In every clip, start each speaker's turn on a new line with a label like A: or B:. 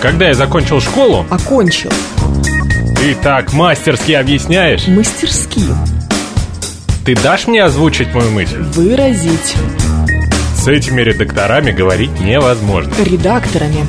A: Когда я закончил школу...
B: Окончил.
A: Ты так мастерски объясняешь.
B: Мастерски.
A: Ты дашь мне озвучить мою мысль?
B: Выразить.
A: С этими редакторами говорить невозможно.
B: Редакторами.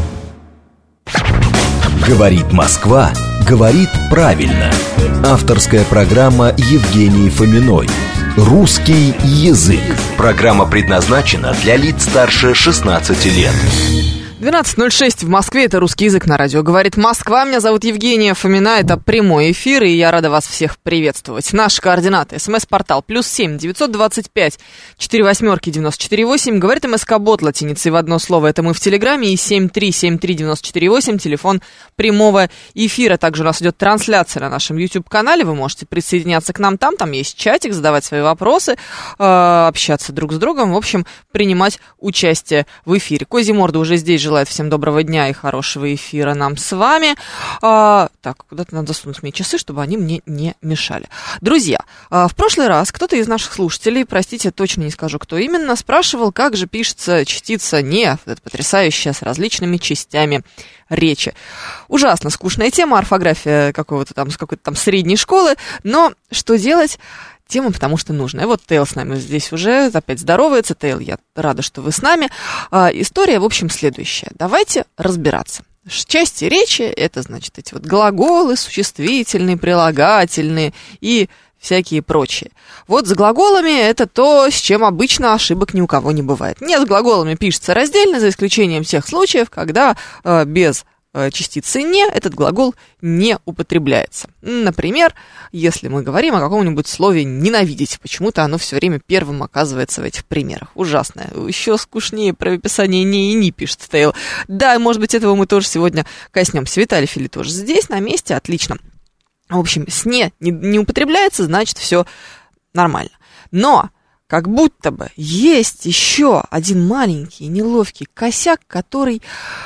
C: Говорит Москва, говорит правильно. Авторская программа Евгении Фоминой. Русский язык. Программа предназначена для лиц старше 16 лет.
B: 12:06 в Москве, это «Русский язык» на радио. Говорит Москва, меня зовут Евгения Фомина, это прямой эфир, и я рада вас всех приветствовать. Наши координаты: СМС-портал +7 925 48 94 8. Говорит МСК-бот латиницей в одно слово, это мы в Телеграме, и 7373948, телефон прямого эфира. Также у нас идет трансляция на нашем YouTube-канале, вы можете присоединяться к нам там есть чатик, задавать свои вопросы, общаться друг с другом, в общем, принимать участие в эфире. Козиморда уже здесь, желает всем доброго дня и хорошего эфира нам с вами. Так, куда-то надо засунуть мне часы, чтобы они мне не мешали. Друзья, в прошлый раз кто-то из наших слушателей, простите, точно не скажу, кто именно, спрашивал, как же пишется частица «не», это потрясающая, с различными частями речи. Ужасно скучная тема, орфография какой-то там средней школы, но что делать? Тема, потому что нужная. Вот Тейл с нами здесь уже опять здоровается. Тейл, я рада, что вы с нами. История, в общем, следующая. Давайте разбираться. Части речи — это, значит, эти вот глаголы, существительные, прилагательные и всякие прочие. Вот с глаголами это то, с чем обычно ошибок ни у кого не бывает. Нет, с глаголами пишется раздельно, за исключением тех случаев, когда без частицы «не» этот глагол не употребляется. Например, если мы говорим о каком-нибудь слове «ненавидеть», почему-то оно все время первым оказывается в этих примерах. Ужасное. Еще скучнее правописание «не» и «ни» пишет Тейл. Да, может быть, этого мы тоже сегодня коснемся. Виталий Фили тоже здесь, на месте, отлично. В общем, с «не» не употребляется, значит, все нормально. Но как будто бы есть еще один маленький неловкий косяк, который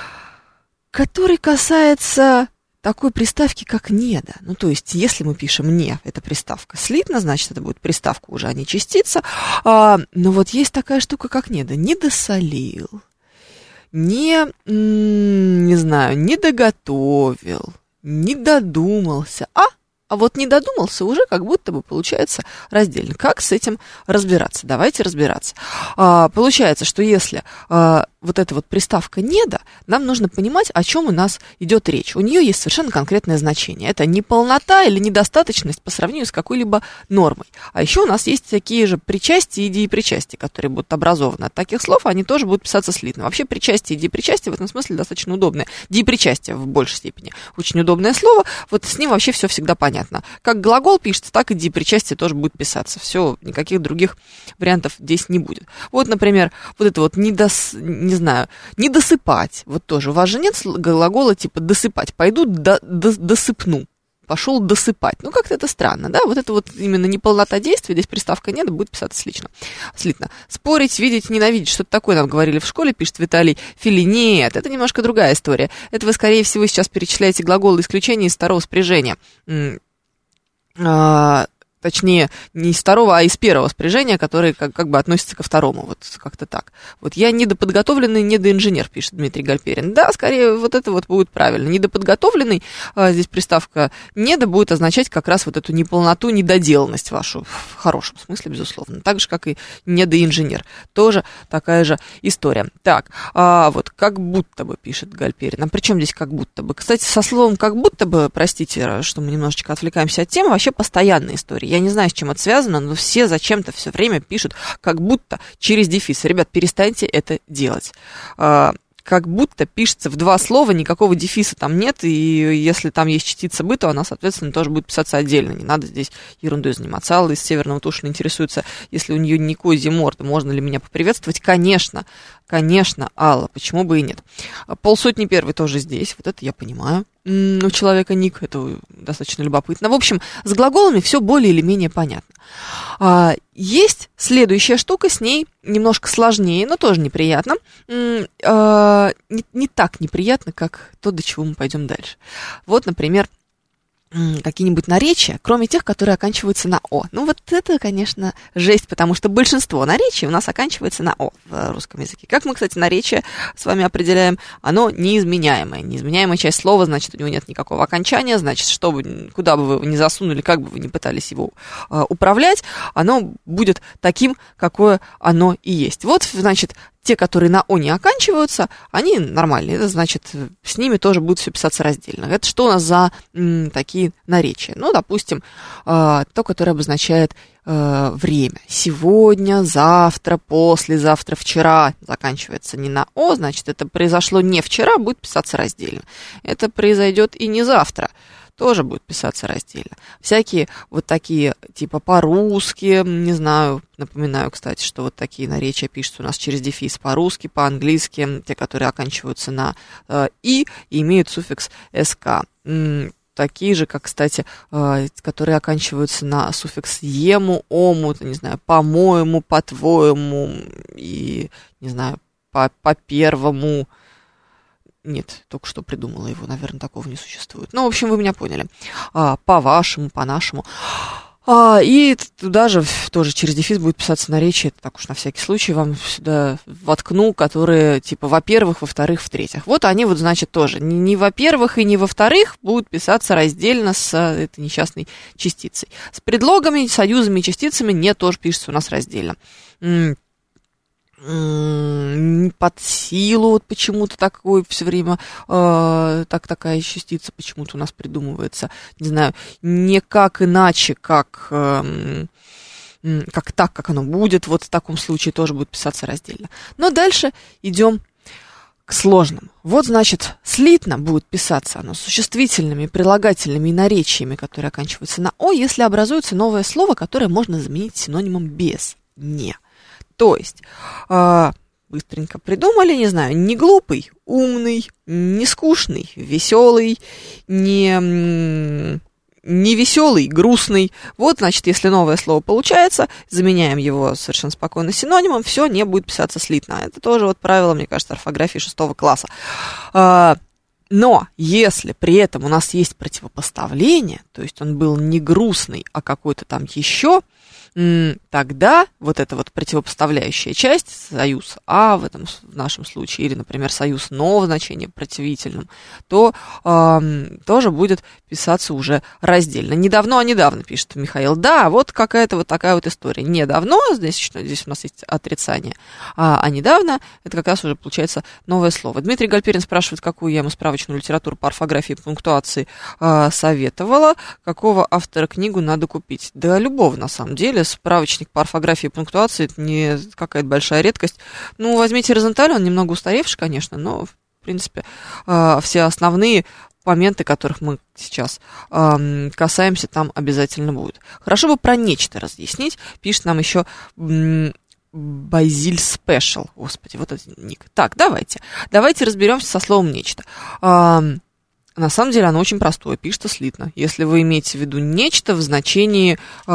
B: касается такой приставки, как «недо». Ну, то есть, если мы пишем «не», это приставка слитно, значит, это будет приставка уже, а не частица. Но вот есть такая штука, как «недо». Не досолил, не знаю, не доготовил, не додумался, а вот не додумался уже как будто бы получается раздельно. Как с этим разбираться? Давайте разбираться. Получается, что если вот эта вот приставка «недо», нам нужно понимать, о чем у нас идет речь. У нее есть совершенно конкретное значение. Это неполнота или недостаточность по сравнению с какой-либо нормой. А еще у нас есть такие же причастия и деепричастия, которые будут образованы от таких слов, они тоже будут писаться слитно. Вообще причастие и деепричастие в этом смысле достаточно удобное. Деепричастие в большей степени очень удобное слово, вот с ним вообще все всегда понятно. Как глагол пишется, так и деепричастие тоже будет писаться. Все, никаких других вариантов здесь не будет. Вот, например, вот это вот не досыпать. Вот тоже. У вас же нет глагола типа досыпать. Пойду досыпну. Пошел досыпать. Ну, как-то это странно, да? Вот это вот именно неполнота действия. Здесь приставка «нет» будет писаться слитно. Спорить, видеть, ненавидеть. Что-то такое нам говорили в школе, пишет Виталий Фили. Нет, это немножко другая история. Это вы, скорее всего, сейчас перечисляете глаголы исключения из второго спряжения. Точнее, не из второго, а из первого спряжения, которое как бы относится ко второму, вот как-то так. Вот я недоподготовленный недоинженер, пишет Дмитрий Гальперин. Да, скорее, вот это вот будет правильно. Недоподготовленный, здесь приставка «недо» будет означать как раз вот эту неполноту, недоделанность вашу, в хорошем смысле, безусловно. Так же, как и недоинженер. Тоже такая же история. Так, вот как будто бы, пишет Гальперин. А при чем здесь как будто бы? Кстати, со словом как будто бы, простите, что мы немножечко отвлекаемся от темы, вообще постоянная история. Я не знаю, с чем это связано, но все зачем-то все время пишут как будто через дефис. Ребят, перестаньте это делать. Как будто пишется в два слова, никакого дефиса там нет, и если там есть частица «бы», то она, соответственно, тоже будет писаться отдельно. Не надо здесь ерундой заниматься. Алла из Северного Тушина интересуется, если у нее не козья морда, можно ли меня поприветствовать? Конечно, Алла, почему бы и нет. Полсотни первый тоже здесь, вот это я понимаю. У человека ник, это достаточно любопытно. В общем, с глаголами все более или менее понятно. Есть следующая штука, с ней немножко сложнее, но тоже неприятно. Не так неприятно, как то, до чего мы пойдем дальше. Вот, например, какие-нибудь наречия, кроме тех, которые оканчиваются на «о». Ну, вот это, конечно, жесть, потому что большинство наречий у нас оканчивается на «о» в русском языке. Как мы, кстати, наречие с вами определяем? Оно неизменяемое. Неизменяемая часть слова, значит, у него нет никакого окончания, значит, куда бы вы его ни засунули, как бы вы ни пытались его управлять, оно будет таким, какое оно и есть. Вот, значит, те, которые на «о» не оканчиваются, они нормальные. Это значит, с ними тоже будет все писаться раздельно. Это что у нас за такие наречия? Ну, допустим, то, которое обозначает время. Сегодня, завтра, послезавтра, вчера заканчивается не на «о», значит, это произошло не вчера, будет писаться раздельно. Это произойдет и не завтра, тоже будет писаться раздельно. Всякие вот такие, типа по-русски, не знаю, напоминаю, кстати, что вот такие наречия пишутся у нас через дефис по-русски, по-английски, те, которые оканчиваются на «и» и имеют суффикс «sk». Такие же, как, кстати, которые оканчиваются на суффикс «ему», «ому», не знаю, «по-моему», «по-твоему» и, не знаю, «по-первому». Нет, только что придумала его, наверное, такого не существует. Ну, в общем, вы меня поняли. По-вашему, по-нашему. И туда же тоже через дефис будет писаться наречие, это так уж на всякий случай вам сюда воткну, которые типа во-первых, во-вторых, в-третьих. Вот они вот, значит, тоже не во-первых и не во-вторых будут писаться раздельно с этой несчастной частицей. С предлогами, союзами и частицами не тоже пишется у нас раздельно. Под силу, вот почему-то такой все время, такая частица почему-то у нас придумывается, не знаю, не как иначе, как так, как оно будет, вот в таком случае тоже будет писаться раздельно. Но дальше идем к сложным. Вот, значит, слитно будет писаться оно существительными, прилагательными и наречиями, которые оканчиваются на «о», если образуется новое слово, которое можно заменить синонимом «без», «не». То есть, быстренько придумали, не знаю, не глупый, умный, не скучный, веселый, не веселый, грустный. Вот, значит, если новое слово получается, заменяем его совершенно спокойно синонимом, все не будет писаться слитно. Это тоже вот правило, мне кажется, орфографии 6 класса. Но если при этом у нас есть противопоставление, то есть он был не грустный, а какой-то там еще, тогда вот эта вот противопоставляющая часть, союз «а» в нашем случае, или, например, союз «но» в значении противительном, то тоже будет писаться уже раздельно. Не давно, а недавно, пишет Михаил. Да, вот какая-то вот такая вот история. Не давно, здесь у нас есть отрицание, а недавно это как раз уже получается новое слово. Дмитрий Гальперин спрашивает, какую я ему справочную литературу по орфографии и пунктуации советовала, какого автора книгу надо купить. Да любого, на самом деле. Справочник по орфографии и пунктуации — это не какая-то большая редкость. Ну, возьмите Розенталь, он немного устаревший, конечно, но, в принципе, все основные моменты, которых мы сейчас касаемся, там обязательно будут. Хорошо бы про нечто разъяснить. Пишет нам еще Базиль Спешл. Господи, вот этот ник. Так, давайте разберемся со словом «нечто». На самом деле оно очень простое, пишется слитно. Если вы имеете в виду нечто в значении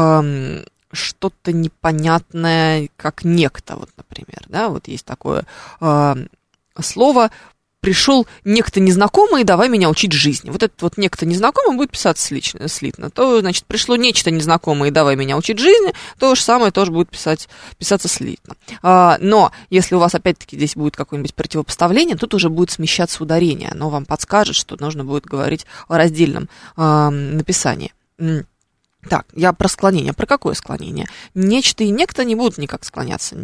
B: что-то непонятное, как некто, вот, например, да, вот есть такое слово «пришел некто незнакомый, давай меня учить жизни». Вот этот вот некто незнакомый будет писаться слитно. То, значит, пришло нечто незнакомое, давай меня учить жизни, то же самое тоже будет писаться слитно. Но если у вас, опять-таки, здесь будет какое-нибудь противопоставление, тут уже будет смещаться ударение. Оно вам подскажет, что нужно будет говорить о раздельном написании. Так, я про склонение. Про какое склонение? Нечто и некто не будут никак склоняться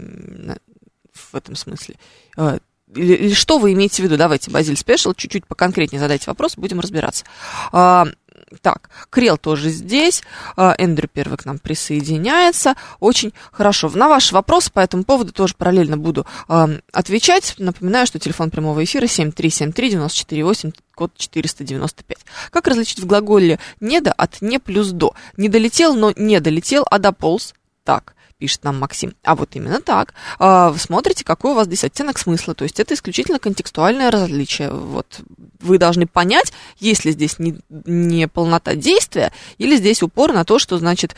B: в этом смысле. Или что вы имеете в виду? Давайте, Базиль Спешл, чуть-чуть поконкретнее задайте вопрос, будем разбираться. Так, Крел тоже здесь, Эндрю первый к нам присоединяется, очень хорошо. На ваши вопросы по этому поводу тоже параллельно буду отвечать. Напоминаю, что телефон прямого эфира 7373948, код 495. Как различить в глаголе «недо» от «не» плюс «до»? Не долетел, но не долетел, а дополз. Так, пишет нам Максим. А вот именно так. Вы смотрите, какой у вас здесь оттенок смысла. То есть это исключительно контекстуальное различие. Вот вы должны понять, есть ли здесь не полнота действия, или здесь упор на то, что, значит,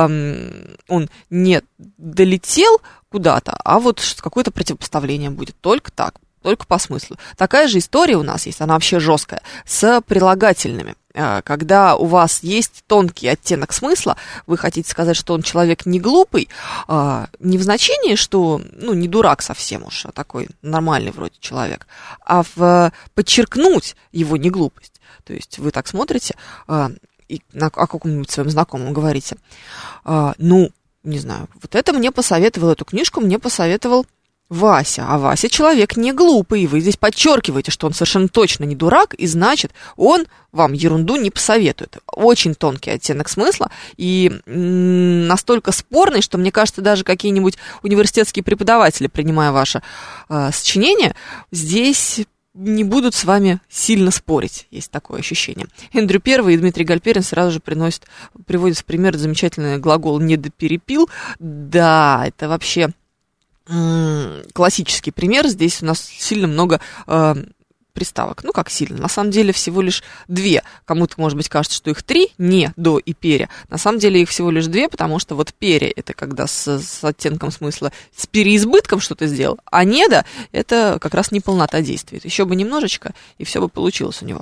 B: он не долетел куда-то, а вот какое-то противопоставление будет. Только так. только по смыслу. Такая же история у нас есть, она вообще жесткая, с прилагательными. Когда у вас есть тонкий оттенок смысла, вы хотите сказать, что он человек не глупый, не в значении, что, не дурак совсем уж, а такой нормальный вроде человек, а подчеркнуть его неглупость. То есть вы так смотрите и о каком-нибудь своем знакомом говорите, не знаю, вот это мне посоветовал, эту книжку мне посоветовал Вася, а Вася человек не глупый, и вы здесь подчеркиваете, что он совершенно точно не дурак, и значит, он вам ерунду не посоветует. Очень тонкий оттенок смысла, и настолько спорный, что, мне кажется, даже какие-нибудь университетские преподаватели, принимая ваше сочинение, здесь не будут с вами сильно спорить, есть такое ощущение. Эндрю Первый и Дмитрий Гальперин сразу же приводят в пример замечательный глагол «недоперепил». Да, это вообще классический пример. Здесь у нас сильно много приставок. Как сильно? На самом деле всего лишь 2. Кому-то, может быть, кажется, что их 3, не, до и пере. На самом деле их всего лишь 2, потому что вот пере — это когда с оттенком смысла, с переизбытком что-то сделал, а недо — это как раз неполнота действия. Еще бы немножечко, и все бы получилось у него.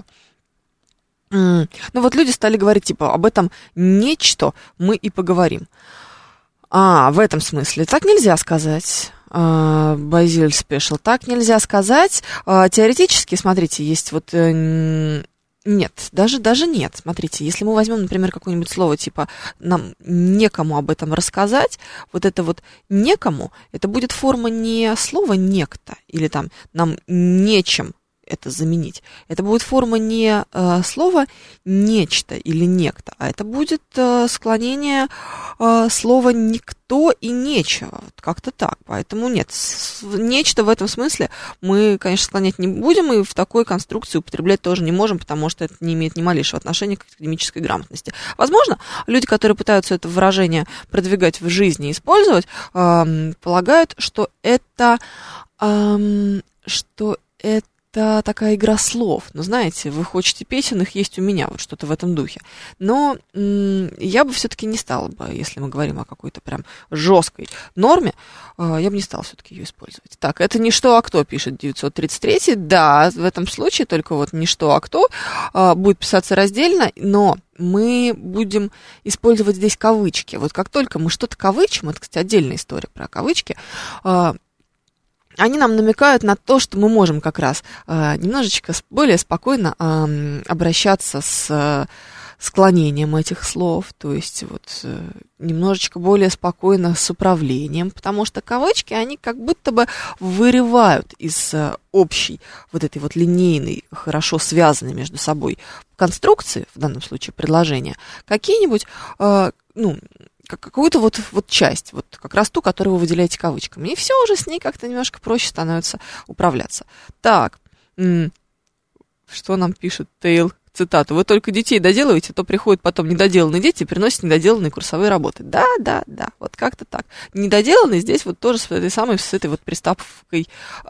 B: Вот люди стали говорить, об этом нечто мы и поговорим. В этом смысле. Так нельзя сказать. Базиль Спешл. Так нельзя сказать. Теоретически, смотрите, есть нет, даже нет. Смотрите, если мы возьмем, например, какое-нибудь слово, нам некому об этом рассказать, вот это вот некому, это будет форма не слова некто, или нам нечем это заменить. Это будет форма не слова нечто или некто, а это будет склонение слова никто и нечего. Как-то так. Поэтому нет, нечто в этом смысле мы, конечно, склонять не будем, и в такой конструкции употреблять тоже не можем, потому что это не имеет ни малейшего отношения к академической грамотности. Возможно, люди, которые пытаются это выражение продвигать в жизни и использовать, полагают, что это такая игра слов. Знаете, вы хотите песен, их есть у меня, вот что-то в этом духе. Но я бы все-таки не стала бы, если мы говорим о какой-то прям жесткой норме, я бы не стала все-таки ее использовать. Так, это не что, а кто, пишет 933. Да, в этом случае только не что, а кто будет писаться раздельно, но мы будем использовать здесь кавычки. Вот как только мы что-то кавычим, это, кстати, отдельная история про кавычки, они нам намекают на то, что мы можем как раз немножечко более спокойно обращаться с склонением этих слов, то есть немножечко более спокойно с управлением, потому что кавычки, они как будто бы вырывают из общей этой линейной, хорошо связанной между собой конструкции, в данном случае предложения, какие-нибудь, какую-то часть, как раз ту, которую вы выделяете кавычками. И все уже с ней как-то немножко проще становится управляться. Так, что нам пишет Тейл? Цитату. Вы только детей доделываете, то приходят потом недоделанные дети и приносят недоделанные курсовые работы. Да, вот как-то так. Недоделанные здесь тоже с этой приставкой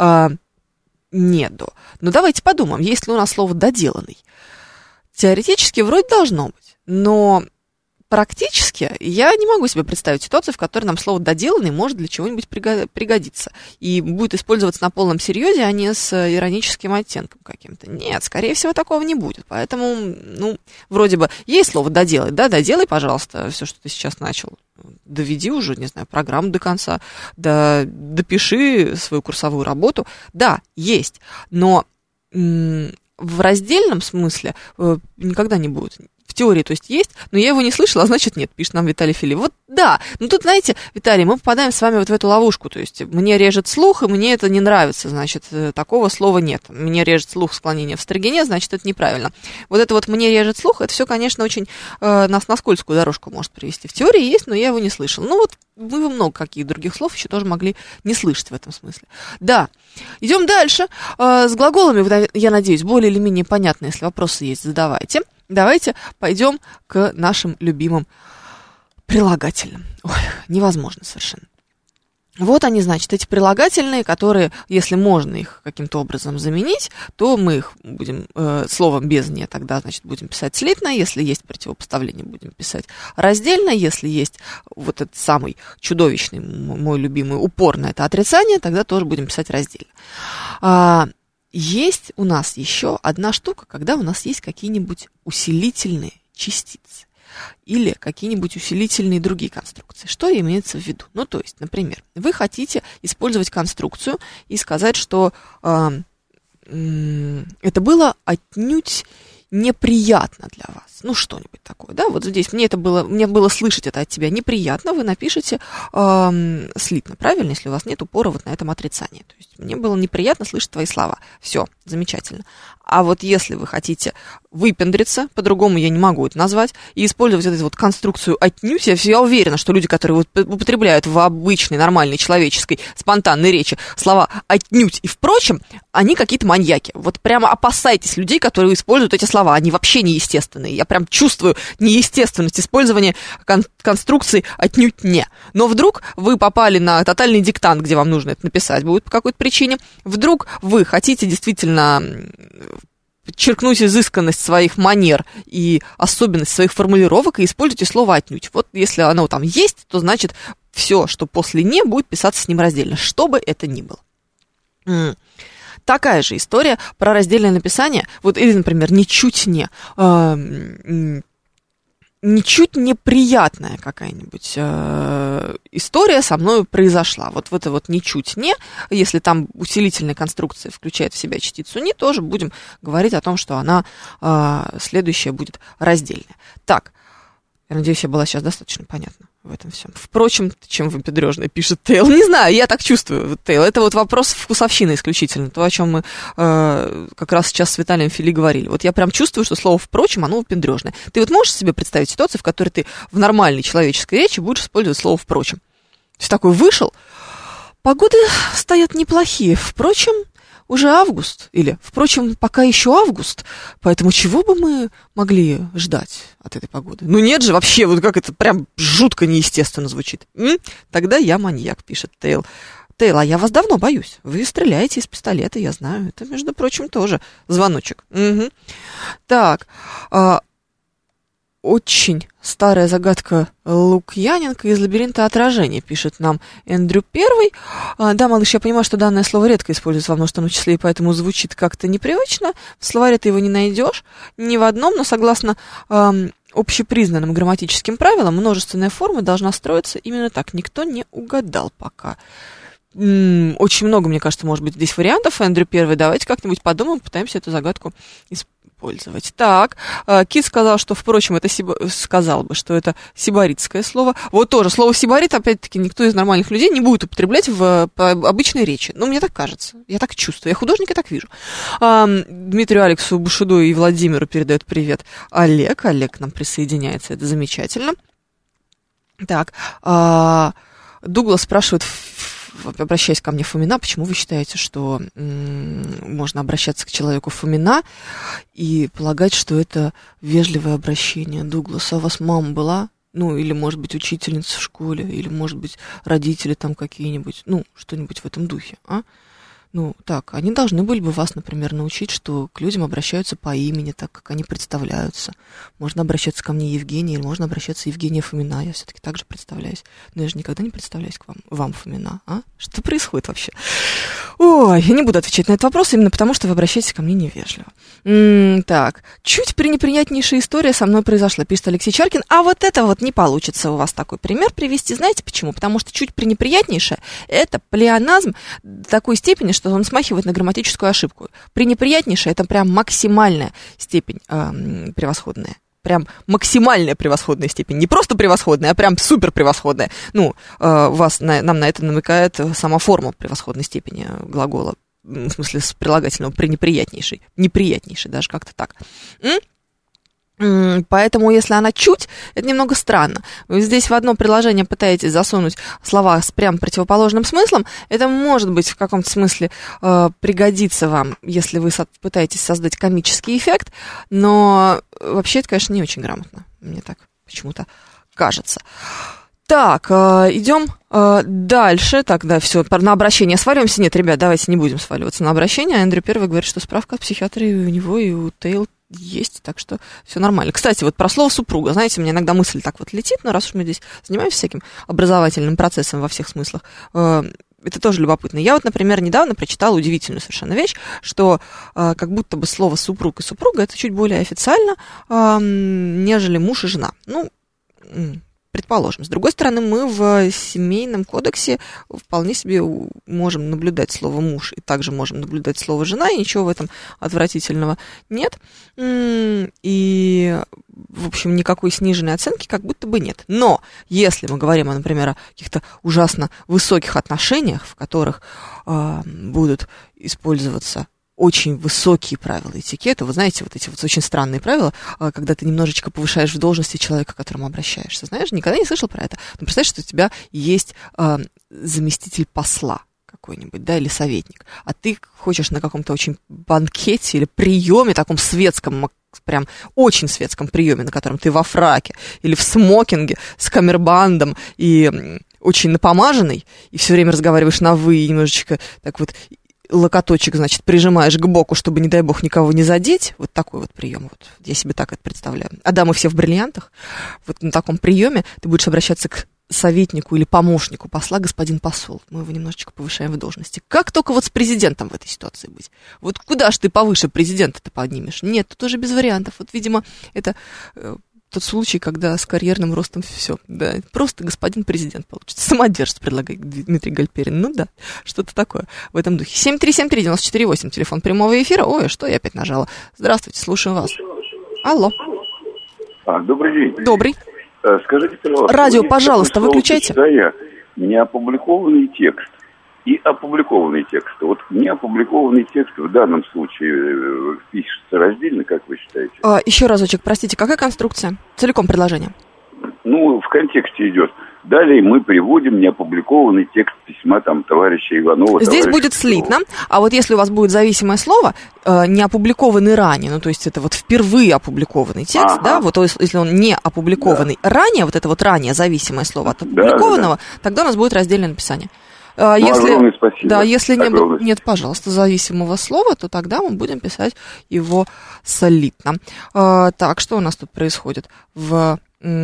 B: недо. Но давайте подумаем, есть ли у нас слово «доделанный». Теоретически вроде должно быть, но практически я не могу себе представить ситуацию, в которой нам слово «доделанный» может для чего-нибудь пригодиться и будет использоваться на полном серьезе, а не с ироническим оттенком каким-то. Нет, скорее всего, такого не будет. Поэтому, вроде бы есть слово «доделай». Да, доделай, пожалуйста, все, что ты сейчас начал. Доведи уже, не знаю, программу до конца. Допиши свою курсовую работу. Да, есть. Но в раздельном смысле никогда не будет. В теории, то есть, есть, но я его не слышала, а значит, нет, пишет нам Виталий Филипп. Вот да, но тут, знаете, Виталий, мы попадаем с вами в эту ловушку, то есть, мне режет слух, и мне это не нравится, значит, такого слова нет. Мне режет слух склонение в строгине, значит, это неправильно. Вот это «мне режет слух», это все, конечно, очень нас на скользкую дорожку может привести. В теории есть, но я его не слышала. Вы много каких других слов еще тоже могли не слышать в этом смысле. Да, идем дальше. С глаголами, я надеюсь, более или менее понятно, если вопросы есть, задавайте. Давайте пойдем к нашим любимым прилагательным. Ой, невозможно совершенно. Вот они, значит, эти прилагательные, которые, если можно их каким-то образом заменить, то мы их будем словом без «не», тогда, значит, будем писать слитно, если есть противопоставление, будем писать раздельно, если есть вот этот самый чудовищный, мой любимый упор на это отрицание, тогда тоже будем писать раздельно. Есть у нас еще одна штука, когда у нас есть какие-нибудь усилительные частицы или какие-нибудь усилительные другие конструкции. Что имеется в виду? Ну, то есть, например, вы хотите использовать конструкцию и сказать, что это было отнюдь неприятно для вас. Ну, что-нибудь такое, да? Вот здесь мне было слышать это от тебя неприятно, вы напишите слитно, правильно, если у вас нет упора вот на этом отрицании. То есть мне было неприятно слышать твои слова. Все, замечательно. А вот если вы хотите выпендриться, по-другому я не могу это назвать, и использовать вот эту вот конструкцию отнюдь, я уверена, что люди, которые вот употребляют в обычной, нормальной, человеческой, спонтанной речи слова отнюдь и впрочем, они какие-то маньяки. Вот прямо опасайтесь людей, которые используют эти слова. Они вообще неестественные. Я прям чувствую неестественность использования конструкции отнюдь не. Но вдруг вы попали на тотальный диктант, где вам нужно это написать будет по какой-то причине. Вдруг вы хотите действительно подчеркнуть изысканность своих манер и особенность своих формулировок и используйте слово «отнюдь». Вот если оно там есть, то значит все, что после «не», будет писаться с ним раздельно, что бы это ни было. Такая же история про раздельное написание. Вот, или, например, ничуть не приятная какая-нибудь история со мной произошла. Вот это вот ничуть не, если там усилительная конструкция включает в себя частицу не, тоже будем говорить о том, что она следующая будет раздельная. Так, я надеюсь, я была сейчас достаточно понятна в этом всем. Впрочем, чем выпендрежная, пишет Тейл. Не знаю, я так чувствую, Тейл. Это вот вопрос вкусовщины исключительно. То, о чем мы как раз сейчас с Виталием Фили говорили. Вот я прям чувствую, что слово «впрочем», оно выпендрежное. Ты вот можешь себе представить ситуацию, в которой ты в нормальной человеческой речи будешь использовать слово «впрочем»? То есть такой вышел, погоды стоят неплохие, впрочем, уже август, или, впрочем, пока еще август, поэтому чего бы мы могли ждать от этой погоды? Ну нет же, вообще, вот как это прям жутко неестественно звучит. Тогда я маньяк, пишет Тейл. Тейл, а я вас давно боюсь. Вы стреляете из пистолета, я знаю. Это, между прочим, тоже звоночек. Угу. Так, очень старая загадка Лукьяненко из «Лабиринта отражений», пишет нам Эндрю Первый. Да, малыш, я понимаю, что данное слово редко используется во множественном числе, и поэтому звучит как-то непривычно. В словаре ты его не найдешь ни в одном, но согласно общепризнанным грамматическим правилам множественная форма должна строиться именно так. Никто не угадал пока. Очень много, мне кажется, может быть, здесь вариантов. Эндрю Первый, давайте как-нибудь подумаем, попытаемся эту загадку использовать. Так, Кит сказал, что, впрочем, это сказал бы, что это сибаритское слово. Вот тоже слово сибарит, опять-таки, никто из нормальных людей не будет употреблять в обычной речи. Ну, мне так кажется, я так чувствую, я художник и так вижу. Дмитрию, Алексу, Бушиду и Владимиру передает привет Олег. Олег к нам присоединяется, это замечательно. Так, Дуглас спрашивает, обращаясь ко мне, Фомина, почему вы считаете, что можно обращаться к человеку Фомина и полагать, что это вежливое обращение? Дуглас, а у вас мама была? Ну, или, может быть, учительница в школе, или, может быть, родители там какие-нибудь, ну, что-нибудь в этом духе, а? Ну, так, они должны были бы вас, например, научить, что к людям обращаются по имени, так как они представляются. Можно обращаться ко мне Евгения, или можно обращаться Евгения Фомина. Я все-таки так же представляюсь. Но я же никогда не представляюсь к вам Фомина, а? Что происходит вообще? Ой, я не буду отвечать на этот вопрос, именно потому, что вы обращаетесь ко мне невежливо. Так, чуть пренеприятнейшая история со мной произошла, пишет Алексей Чаркин. А вот это вот не получится у вас такой пример привести. Знаете почему? Потому что чуть пренеприятнейшее – это плеоназм до такой степени, что он смахивает на грамматическую ошибку. Пренеприятнейшее – это прям максимальная степень превосходная. Прям максимальная превосходная степень. Не просто превосходная, а прям супер превосходная. Ну, нам на это намекает сама форма превосходной степени глагола. В смысле, с прилагательного пренеприятнейшей. Неприятнейшей, даже как-то так. Поэтому, если она чуть, это немного странно. Вы здесь в одно предложение пытаетесь засунуть слова с прям противоположным смыслом. Это может быть в каком-то смысле пригодится вам, если вы пытаетесь создать комический эффект, но вообще это, конечно, не очень грамотно. Мне так почему-то кажется. Так, идем дальше. Так, да, все, на обращение сваливаемся. Нет, ребят, давайте не будем сваливаться на обращение. Эндрю первый говорит, что справка от психиатра и у него, и у Тейл есть, так что все нормально. Кстати, вот про слово «супруга». Знаете, у меня иногда мысль так вот летит, но раз уж мы здесь занимаемся всяким образовательным процессом во всех смыслах, это тоже любопытно. Я вот, например, недавно прочитала удивительную совершенно вещь, что как будто бы слово «супруг» и «супруга» это чуть более официально, нежели муж и жена. Ну, предположим. С другой стороны, мы в семейном кодексе вполне себе можем наблюдать слово «муж» и также можем наблюдать слово «жена», и ничего в этом отвратительного нет. И, в общем, никакой сниженной оценки как будто бы нет. Но если мы говорим, например, о каких-то ужасно высоких отношениях, в которых будут использоваться очень высокие правила этикета. Вы знаете, вот эти вот очень странные правила, когда ты немножечко повышаешь в должности человека, к которому обращаешься. Знаешь, никогда не слышал про это. Но представь, что у тебя есть заместитель посла какой-нибудь, да, или советник, а ты хочешь на каком-то очень банкете или приеме, таком светском, прям очень светском приеме, на котором ты во фраке или в смокинге с камербандом и очень напомаженный, и все время разговариваешь на «вы», и немножечко так вот локоточек, значит, прижимаешь к боку, чтобы, не дай бог, никого не задеть. Вот такой вот прием. Вот я себе так это представляю. А дамы все в бриллиантах. Вот на таком приеме ты будешь обращаться к советнику или помощнику посла, господин посол. Мы его немножечко повышаем в должности. Как только вот с президентом в этой ситуации быть? Вот куда ж ты повыше президента-то поднимешь? Нет, тут уже без вариантов. Вот, видимо, это тот случай, когда с карьерным ростом все, да, просто господин президент получится. Самодержец предлагает Дмитрий Гальперин. Ну да, что-то такое в этом духе. 7373948, телефон прямого эфира. Ой, что я опять нажала? Здравствуйте, слушаю вас. Алло.
D: Добрый день.
B: Добрый.
D: Скажите, пожалуйста.
B: Радио, пожалуйста, выключайте.
D: Неопубликованный текст и опубликованный текст. Вот неопубликованный текст в данном случае пишется раздельно, как вы считаете?
B: Еще разочек, простите, какая конструкция? Целиком предложение.
D: Ну, в контексте идет. Далее мы приводим неопубликованный текст письма там товарища Иванова.
B: Здесь будет слитно, а вот если у вас будет зависимое слово, не опубликованный ранее, ну, то есть это вот впервые опубликованный текст, да, вот если он не опубликованный ранее, вот это вот ранее зависимое слово от опубликованного, тогда у нас будет раздельное написание. Если,
D: спасибо.
B: Да, если нет, пожалуйста, зависимого слова, то тогда мы будем писать его солидно. Так, что у нас тут происходит? В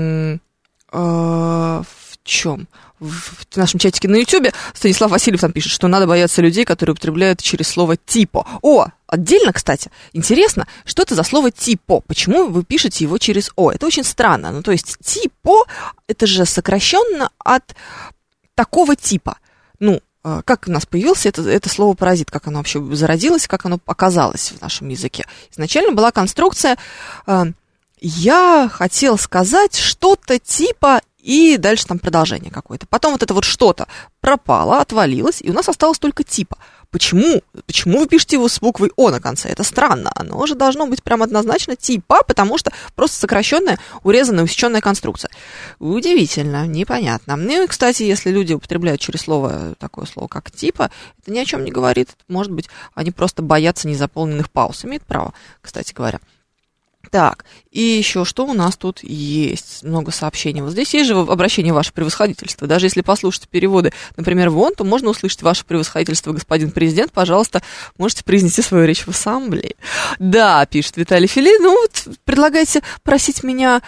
B: чем? В нашем чатике на Ютубе Станислав Васильев там пишет, что надо бояться людей, которые употребляют через слово «типо». Отдельно, кстати, интересно, что это за слово «типо», почему вы пишете его через «о». Это очень странно. Ну, то есть «типо» — это же сокращенно от такого типа. Ну, как у нас появился это слово «паразит», как оно вообще зародилось, как оно оказалось в нашем языке. Изначально была конструкция «я хотел сказать что-то типа», и дальше там продолжение какое-то. Потом вот это вот что-то пропало, отвалилось, и у нас осталось только «типа». Почему? Почему вы пишете его с буквой «о» на конце? Это странно. Оно же должно быть прям однозначно «типа», потому что просто сокращенная, урезанная, усеченная конструкция. Удивительно, непонятно. Ну и, кстати, если люди употребляют через слово такое слово, как «типа», это ни о чем не говорит. Может быть, они просто боятся незаполненных пауз. Имеют право, кстати говоря. Так, и еще что у нас тут есть? Много сообщений. Вот здесь есть же обращение «Ваше превосходительство». Даже если послушать переводы, например, вон, то можно услышать «Ваше превосходительство, господин президент». Пожалуйста, можете произнести свою речь в ассамблее. Да, пишет Виталий Фили. Ну вот, предлагаете просить меня...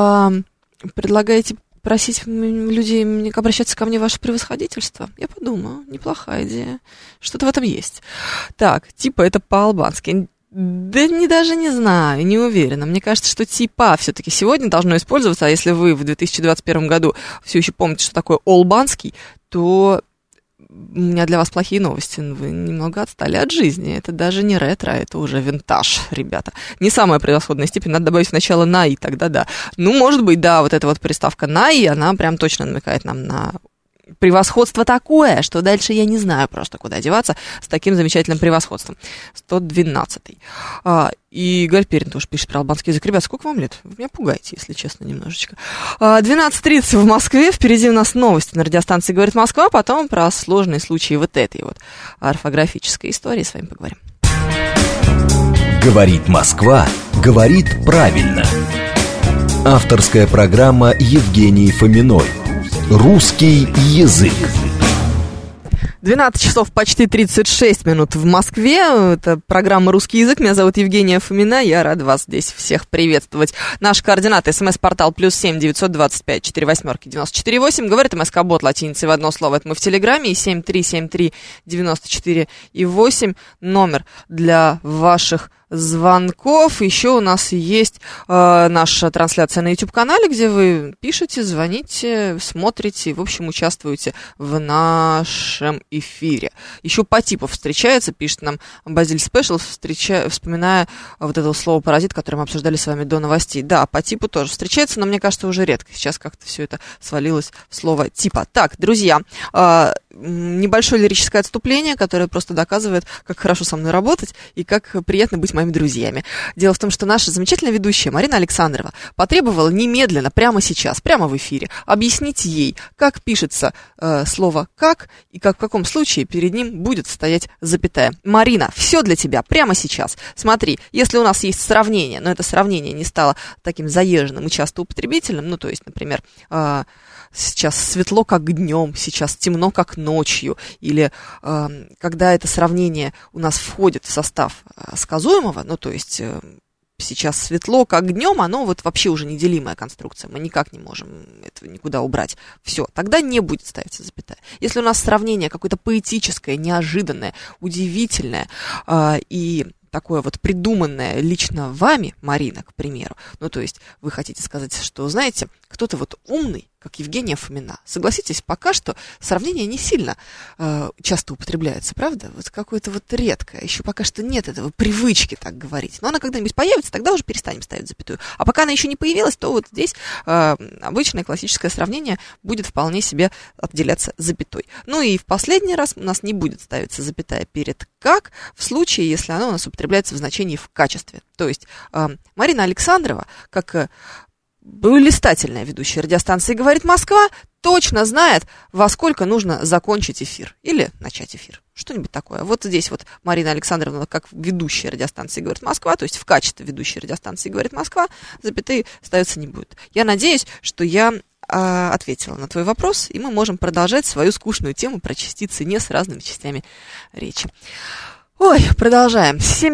B: просить людей обращаться ко мне «Ваше превосходительство». Я подумаю, неплохая идея. Что-то в этом есть. Так, типа это по-албански. Да даже не знаю, не уверена. Мне кажется, что типа все-таки сегодня должно использоваться, а если вы в 2021 году все еще помните, что такое олбанский, то у меня для вас плохие новости. Вы немного отстали от жизни. Это даже не ретро, это уже винтаж, ребята. Не самая превосходная степень. Надо добавить сначала «на» и тогда да. Ну, может быть, да, вот эта вот приставка «на» и она прям точно намекает нам на... превосходство такое, что дальше я не знаю просто, куда деваться с таким замечательным превосходством. 112-й. И Гальперин тоже пишет про албанский язык. Ребят, сколько вам лет? Вы меня пугаете, если честно, немножечко. 12:30 в Москве. Впереди у нас новости на радиостанции «Говорит Москва». Потом про сложные случаи вот этой вот орфографической истории с вами поговорим.
C: «Говорит Москва», говорит правильно. Авторская программа Евгении Фоминой. Русский язык.
B: 12 часов почти 36 минут в Москве. Это программа «Русский язык». Меня зовут Евгения Фомина. Я рада вас здесь всех приветствовать. Наши координаты. СМС-портал +7 925 48 94 8. Говорит МСК-бот латиницей в одно слово. Это мы в Телеграме. И 7373 94 и 8. Номер для ваших звонков. Еще у нас есть наша трансляция на YouTube-канале, где вы пишете, звоните, смотрите, в общем, участвуете в нашем эфире. Еще по типу встречается, пишет нам Базиль Спешл, вспоминая вот это слово «паразит», которое мы обсуждали с вами до новостей. Да, по типу тоже встречается, но мне кажется, уже редко. Сейчас как-то все это свалилось в слово «типа». Так, друзья, небольшое лирическое отступление, которое просто доказывает, как хорошо со мной работать и как приятно быть моими друзьями. Дело в том, что наша замечательная ведущая Марина Александрова потребовала немедленно, прямо сейчас, прямо в эфире, объяснить ей, как пишется слово «как» и как в каком случае перед ним будет стоять запятая. Марина, все для тебя прямо сейчас. Смотри, если у нас есть сравнение, но это сравнение не стало таким заезженным и часто употребительным, ну, то есть, например, сейчас светло, как днем, сейчас темно, как ночью, или когда это сравнение у нас входит в состав сказуемого, ну, то есть сейчас светло, как днем, оно вот вообще уже неделимая конструкция, мы никак не можем этого никуда убрать. Все, тогда не будет ставиться запятая. Если у нас сравнение какое-то поэтическое, неожиданное, удивительное и такое вот придуманное лично вами, Марина, к примеру, ну, то есть вы хотите сказать, что, знаете, кто-то вот умный, как Евгения Фомина. Согласитесь, пока что сравнение не сильно часто употребляется, правда? Вот какое-то вот редкое. Еще пока что нет этого привычки так говорить. Но она когда-нибудь появится, тогда уже перестанем ставить запятую. А пока она еще не появилась, то вот здесь обычное классическое сравнение будет вполне себе отделяться запятой. Ну и в последний раз у нас не будет ставиться запятая перед «как» в случае, если она у нас употребляется в значении «в качестве». То есть Марина Александрова, как блистательная ведущая радиостанции «Говорит Москва», точно знает, во сколько нужно закончить эфир или начать эфир. Что-нибудь такое. Вот здесь вот Марина Александровна, как ведущая радиостанции «Говорит Москва», то есть в качестве ведущей радиостанции «Говорит Москва», запятые ставиться не будет. Я надеюсь, что я ответила на твой вопрос, и мы можем продолжать свою скучную тему про частицы «не» с разными частями речи. Ой, продолжаем.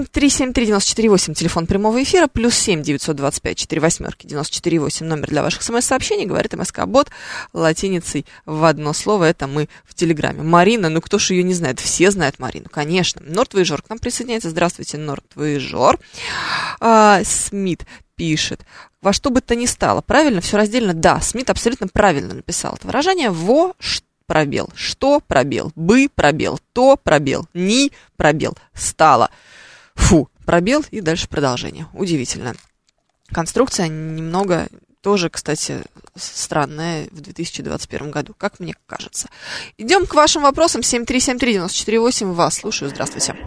B: 7373948, телефон прямого эфира, +7 925 48 94 8, номер для ваших смс-сообщений, говорит МСК-бот латиницей в одно слово, это мы в Телеграме. Марина, ну кто ж ее не знает? Все знают Марину, конечно. Норд-Вояжер к нам присоединяется. Здравствуйте, Норд-Вояжер. Смит пишет: во что бы то ни стало, правильно, все раздельно? Да, Смит абсолютно правильно написал это выражение. Во что? Пробел. Что? Пробел. Бы? Пробел. То? Пробел. Ни? Пробел. Стало. Фу. Пробел и дальше продолжение. Удивительно. Конструкция немного тоже, кстати, странная в 2021 году, как мне кажется. Идем к вашим вопросам. 7373948. Вас слушаю. Здравствуйте.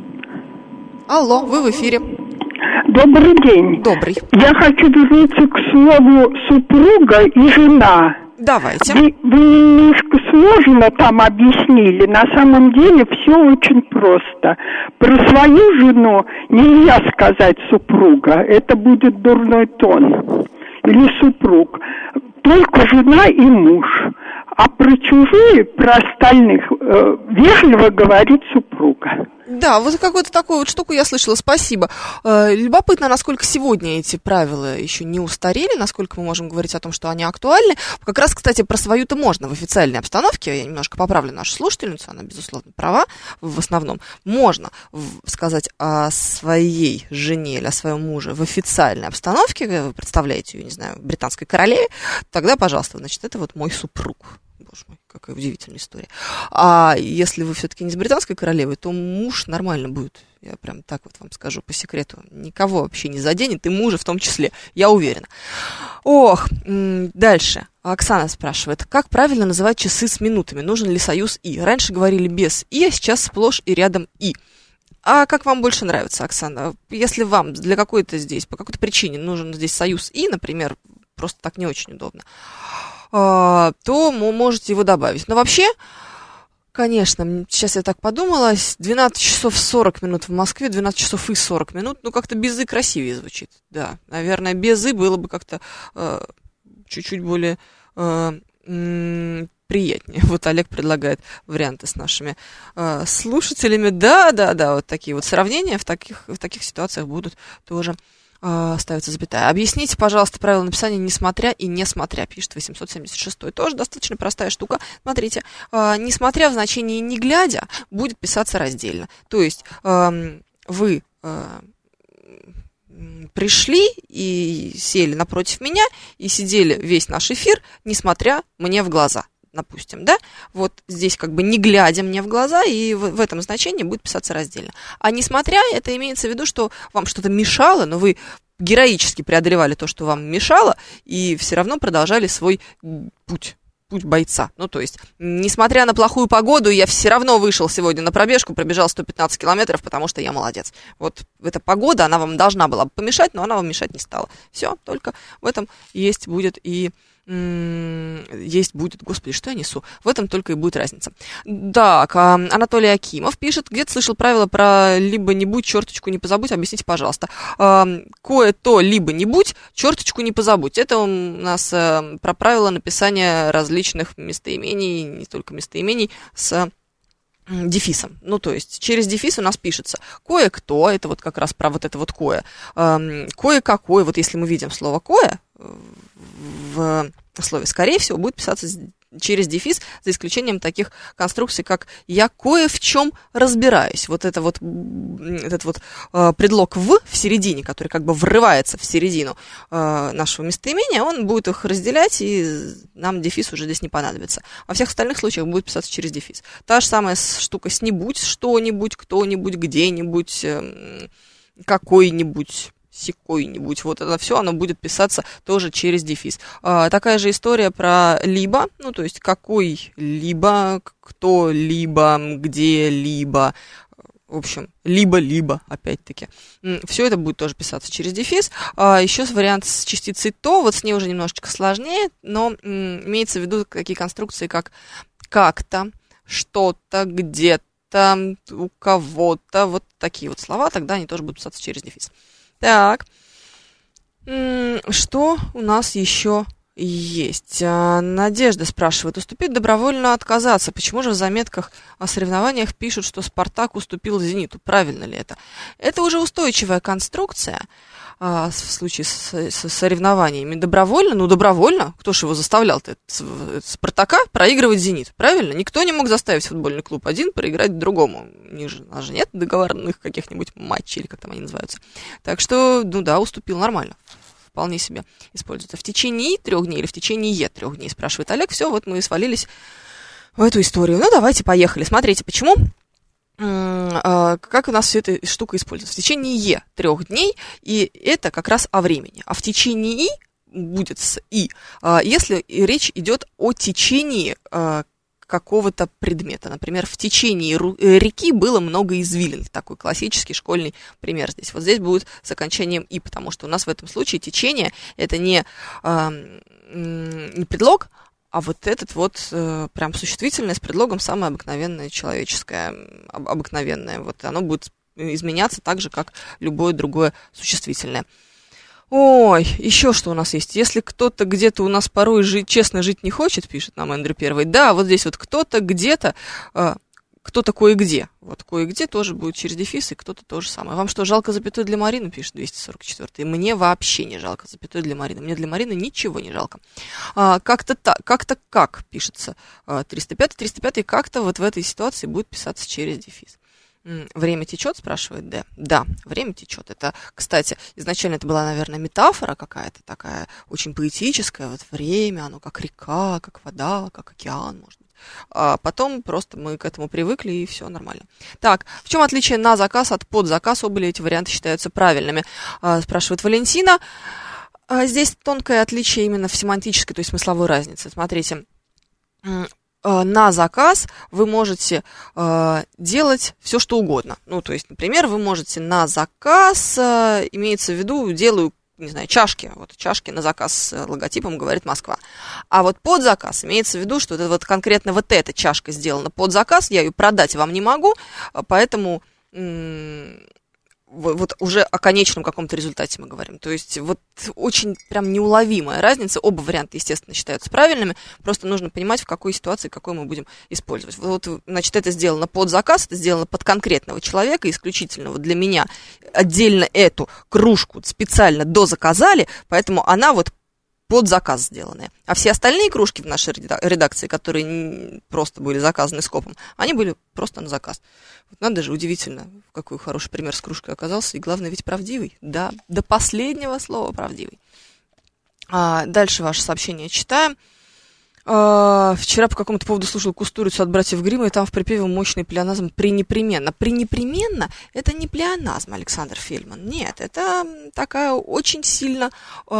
B: Алло, вы в эфире.
E: Добрый день.
B: Добрый.
E: Я хочу вернуться к слову «супруга» и «жена».
B: Давайте.
E: Вы немножко сложно там объяснили. На самом деле все очень просто. Про свою жену нельзя сказать «супруга». Это будет дурной тон. Или «супруг». Только жена и муж. А про чужие, про остальных вежливо говорит «супруга».
B: Да, вот какую-то такую вот штуку я слышала, спасибо. Любопытно, насколько сегодня эти правила еще не устарели, насколько мы можем говорить о том, что они актуальны. Как раз, кстати, про свою-то можно в официальной обстановке, я немножко поправлю нашу слушательницу, она, безусловно, права в основном. Можно сказать о своей жене или о своем муже в официальной обстановке, вы представляете ее, не знаю, британской королеве, тогда, пожалуйста, значит, это вот мой супруг. Боже мой, какая удивительная история. А если вы все-таки не с британской королевой, то муж нормально будет. Я прям так вот вам скажу по секрету. Никого вообще не заденет, и мужа в том числе, я уверена. Ох, дальше. Оксана спрашивает, как правильно называть часы с минутами? Нужен ли союз «и»? Раньше говорили без «и», а сейчас сплошь и рядом «и». А как вам больше нравится, Оксана? Если вам для какой-то здесь, по какой-то причине нужен здесь союз «и», например, просто так не очень удобно, то можете его добавить. Но вообще, конечно, сейчас я так подумала, 12 часов 40 минут в Москве, 12 часов и 40 минут, ну, как-то без «и» красивее звучит. Да, наверное, без «и» было бы как-то чуть-чуть более приятнее. Вот Олег предлагает варианты с нашими слушателями. Да, вот такие вот сравнения в таких ситуациях будут тоже ставится запятая. Объясните, пожалуйста, правила написания «несмотря» и «несмотря», пишет 876. Тоже достаточно простая штука. Смотрите, «несмотря» в значении «не глядя» будет писаться раздельно. То есть вы пришли и сели напротив меня и сидели весь наш эфир, несмотря мне в глаза. Допустим, да, вот здесь как бы не глядя мне в глаза, и в этом значении будет писаться раздельно. А несмотря, это имеется в виду, что вам что-то мешало, но вы героически преодолевали то, что вам мешало, и все равно продолжали свой путь бойца. Ну, то есть, несмотря на плохую погоду, я все равно вышел сегодня на пробежку, пробежал 115 километров, потому что я молодец. Вот эта погода, она вам должна была бы помешать, но она вам мешать не стала. Все, только в этом будет, господи, что я несу? В этом только и будет разница. Так, Анатолий Акимов пишет, где-то слышал правило про либо-нибудь, черточку не позабудь, объясните, пожалуйста. Кое-то либо-нибудь, черточку не позабудь. Это у нас про правило написания различных местоимений, не только местоимений, с дефисом. Ну, то есть, через дефис у нас пишется кое-кто, это вот как раз про вот это вот кое, кое-какой, вот если мы видим слово кое в слове, скорее всего, будет писаться через дефис, за исключением таких конструкций, как «я кое в чем разбираюсь». Вот это вот, этот вот предлог в середине, который как бы врывается в середину нашего местоимения, он будет их разделять, и нам дефис уже здесь не понадобится. Во всех остальных случаях будет писаться через дефис. Та же самая штука с «нибудь», «что-нибудь», «кто-нибудь», «где-нибудь», «какой-нибудь», «секой-нибудь». Вот это все, оно будет писаться тоже через дефис. Такая же история про «либо», ну, то есть какой-либо, кто-либо, где-либо, в общем, либо-либо, опять-таки. Все это будет тоже писаться через дефис. Еще вариант с частицей «то», вот с ней уже немножечко сложнее, но имеется в виду такие конструкции, как «как-то», «что-то», «где-то», «у кого-то», вот такие вот слова, тогда они тоже будут писаться через дефис. Так, что у нас еще есть? Надежда спрашивает, уступить добровольно отказаться. Почему же в заметках о соревнованиях пишут, что «Спартак» уступил «Зениту»? Правильно ли это? Это уже устойчивая конструкция в случае с соревнованиями. Добровольно? Ну, добровольно. Кто же его заставлял-то? «Спартака» проигрывать «Зенит». Правильно? Никто не мог заставить футбольный клуб один проиграть другому. У нас же нет договорных каких-нибудь матчей, или как там они называются. Так что, ну да, уступил нормально. Вполне себе используется. В течение 3 дней или в течение 3 дней, спрашивает Олег. Все, вот мы и свалились в эту историю. Ну, давайте, поехали. Смотрите, почему... как у нас вся эта штука используется. В течение 3 дней, и это как раз о времени. А в течение «и» будет с «и», если речь идет о течении какого-то предмета. Например, в течение реки было много извилин. Такой классический школьный пример здесь. Вот здесь будет с окончанием «и», потому что у нас в этом случае течение – это не предлог, а вот этот вот прям существительное с предлогом самое обыкновенное человеческое, обыкновенное. Вот оно будет изменяться так же, как любое другое существительное. Ой, еще что у нас есть? Если кто-то где-то у нас порой честно жить не хочет, пишет нам Эндрю Первый, да, вот здесь вот кто-то где-то, кто-то кое-где. Вот кое-где тоже будет через дефис, и кто-то то же самое. Вам что, жалко запятой для Марины, пишет 244-й? Мне вообще не жалко запятой для Марины. Мне для Марины ничего не жалко. Как-то как пишется 305-й, как-то вот в этой ситуации будет писаться через дефис. Время течет, спрашивает Д. Да, время течет. Это, кстати, изначально это была, наверное, метафора какая-то такая очень поэтическая. Вот время, оно как река, как вода, как океан, может быть. А потом просто мы к этому привыкли, и все нормально. Так, в чем отличие на заказ от под заказ? Оба ли эти варианты считаются правильными? Спрашивает Валентина. Здесь тонкое отличие именно в семантической, то есть смысловой разнице. Смотрите. На заказ вы можете делать все, что угодно. Ну, то есть, например, вы можете на заказ, имеется в виду, делаю, не знаю, чашки. Вот чашки на заказ с логотипом «Говорит Москва». А вот под заказ имеется в виду, что это вот конкретно вот эта чашка сделана под заказ, я ее продать вам не могу, поэтому вот уже о конечном каком-то результате мы говорим. То есть вот очень прям неуловимая разница. Оба варианта, естественно, считаются правильными. Просто нужно понимать, в какой ситуации, какой мы будем использовать. Вот, значит, это сделано под заказ, это сделано под конкретного человека, исключительно вот для меня. Отдельно эту кружку специально дозаказали, поэтому она вот под заказ сделанные. А все остальные кружки в нашей редакции, которые просто были заказаны скопом, они были просто на заказ. Вот надо же, удивительно, какой хороший пример с кружкой оказался. И главное, ведь правдивый. Да, до последнего слова правдивый. Дальше ваше сообщение читаем. Вчера по какому-то поводу слушал Кустурицу от братьев Гримма, и там в припеве мощный плеоназм «пренепременно». «Пренепременно» — это не плеоназм, Александр Фельдман. Нет, это такая очень сильно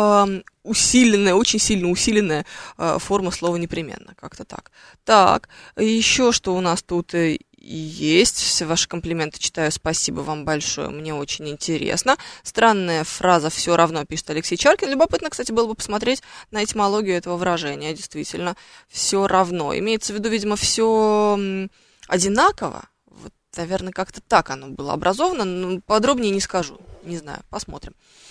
B: усиленная форма слова «непременно». Как-то так. Так, еще что у нас тут есть. Все ваши комплименты читаю. Спасибо вам большое. Мне очень интересно. Странная фраза «все равно», пишет Алексей Чаркин. Любопытно, кстати, было бы посмотреть на этимологию этого выражения. Действительно, «все равно». Имеется в виду, видимо, все одинаково. Вот, наверное, как-то так оно было образовано. Но подробнее не скажу. Не знаю. Посмотрим.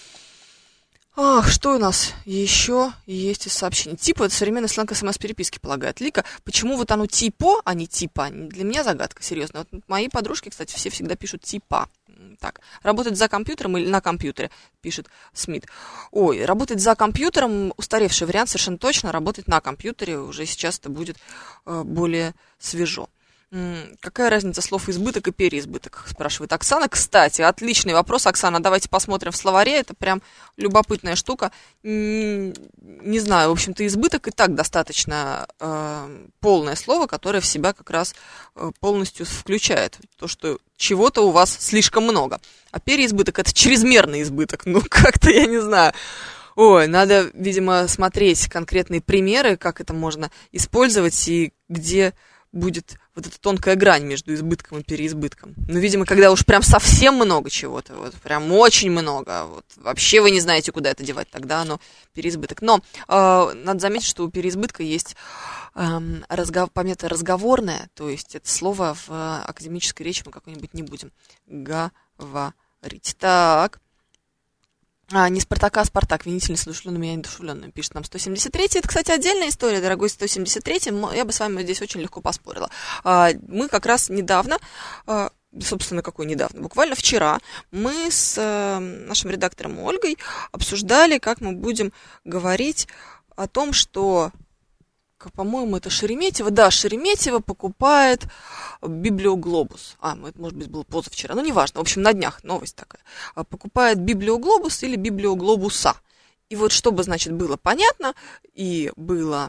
B: Что у нас еще есть из сообщений? Типа — это современный сленг СМС-переписки, полагает Лика. Почему вот оно типо, а не типа? Для меня загадка, серьезно. Вот мои подружки, кстати, все всегда пишут типа. Так, работать за компьютером или на компьютере, пишет Смит. Ой, работать за компьютером — устаревший вариант, совершенно точно. Работать на компьютере уже сейчас это будет более свежо. Какая разница слов избыток и переизбыток, спрашивает Оксана. Кстати, отличный вопрос, Оксана. Давайте посмотрим в словаре. Это прям любопытная штука. Не знаю, в общем-то, избыток и так достаточно полное слово, которое в себя как раз полностью включает то, что чего-то у вас слишком много. А переизбыток — это чрезмерный избыток. Ну, как-то я не знаю. Ой, надо, видимо, смотреть конкретные примеры, как это можно использовать и где будет вот эта тонкая грань между избытком и переизбытком. Ну, видимо, когда уж прям совсем много чего-то, вот прям очень много, вот вообще вы не знаете, куда это девать, тогда оно переизбыток. Но надо заметить, что у переизбытка есть помета разговорная, то есть это слово в академической речи мы какой-нибудь не будем говорить. Так. Не Спартака, а Спартак. Винитель несодушевленным, я недушевленным, пишет нам 173-й. Это, кстати, отдельная история, дорогой 173-й. Я бы с вами здесь очень легко поспорила. Мы как раз недавно, собственно, какой недавно, буквально вчера, мы с нашим редактором Ольгой обсуждали, как мы будем говорить о том, что, по-моему, это Шереметьево. Да, Шереметьево покупает Библиоглобус. Это, может быть, было позавчера. Ну, неважно. В общем, на днях новость такая. Покупает Библиоглобус или Библиоглобуса. И вот чтобы, значит, было понятно, и было...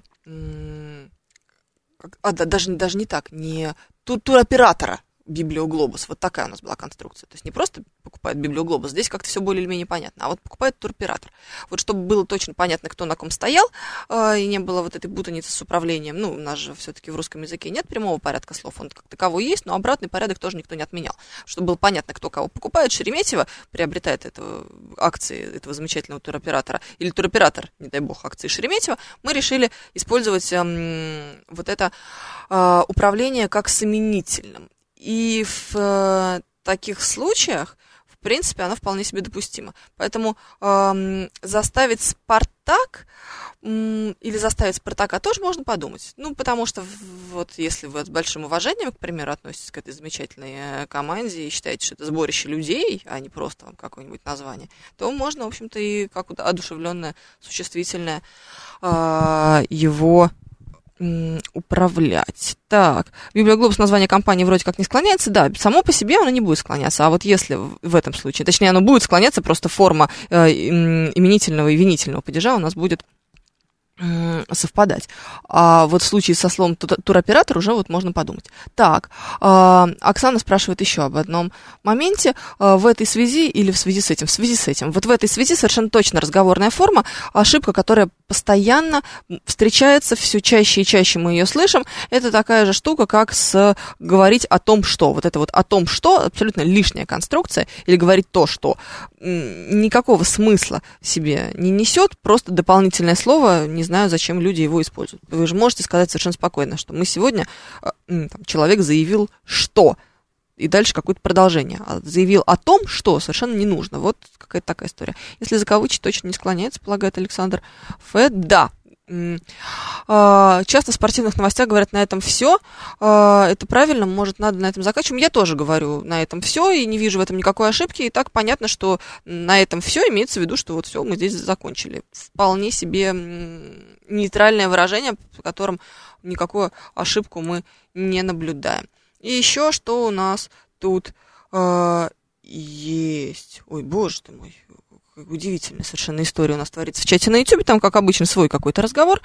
B: даже не так, не туроператора Библиоглобус. Вот такая у нас была конструкция. То есть не просто покупает Библиоглобус, здесь как-то все более или менее понятно, а вот покупает туроператор. Вот чтобы было точно понятно, кто на ком стоял, и не было вот этой путаницы с управлением. Ну, у нас же все-таки в русском языке нет прямого порядка слов, он как таковой есть, но обратный порядок тоже никто не отменял. Чтобы было понятно, кто кого покупает, Шереметьево приобретает акции этого замечательного туроператора, или туроператор, не дай бог, акции Шереметьево, мы решили использовать вот это управление как с именительным. И в таких случаях, в принципе, оно вполне себе допустимо. Поэтому заставить Спартак или заставить Спартака тоже можно подумать. Ну, потому что вот если вы с большим уважением, к примеру, относитесь к этой замечательной команде и считаете, что это сборище людей, а не просто какое-нибудь название, то можно, в общем-то, и как одушевленное, существительное его управлять. Так, Библиоглобус, название компании вроде как не склоняется, да, само по себе оно не будет склоняться, а вот если в этом случае, точнее, оно будет склоняться, просто форма именительного и винительного падежа у нас будет совпадать. А вот в случае со словом туроператор уже вот можно подумать. Так, Оксана спрашивает еще об одном моменте. В этой связи или в связи с этим? В связи с этим. Вот в этой связи совершенно точно разговорная форма, ошибка, которая постоянно встречается, все чаще и чаще мы ее слышим. Это такая же штука, как говорить о том, что. Вот это вот о том, что, абсолютно лишняя конструкция, или говорить то, что никакого смысла себе не несет, просто дополнительное слово, не знаю, зачем люди его используют. Вы же можете сказать совершенно спокойно, что мы сегодня, человек заявил, что и дальше какое-то продолжение. Заявил о том, что совершенно не нужно. Вот какая-то такая история. Если закавычить, точно не склоняется, полагает Александр Ф. Да. Часто в спортивных новостях говорят, на этом все. Это правильно, может, надо на этом заканчивать. Я тоже говорю, на этом все, и не вижу в этом никакой ошибки. И так понятно, что на этом все имеется в виду, что вот все, мы здесь закончили. Вполне себе нейтральное выражение, по которым никакую ошибку мы не наблюдаем. И еще что у нас тут есть. Ой, боже ты мой. Удивительная совершенно история у нас творится в чате на YouTube. Там, как обычно, свой какой-то разговор.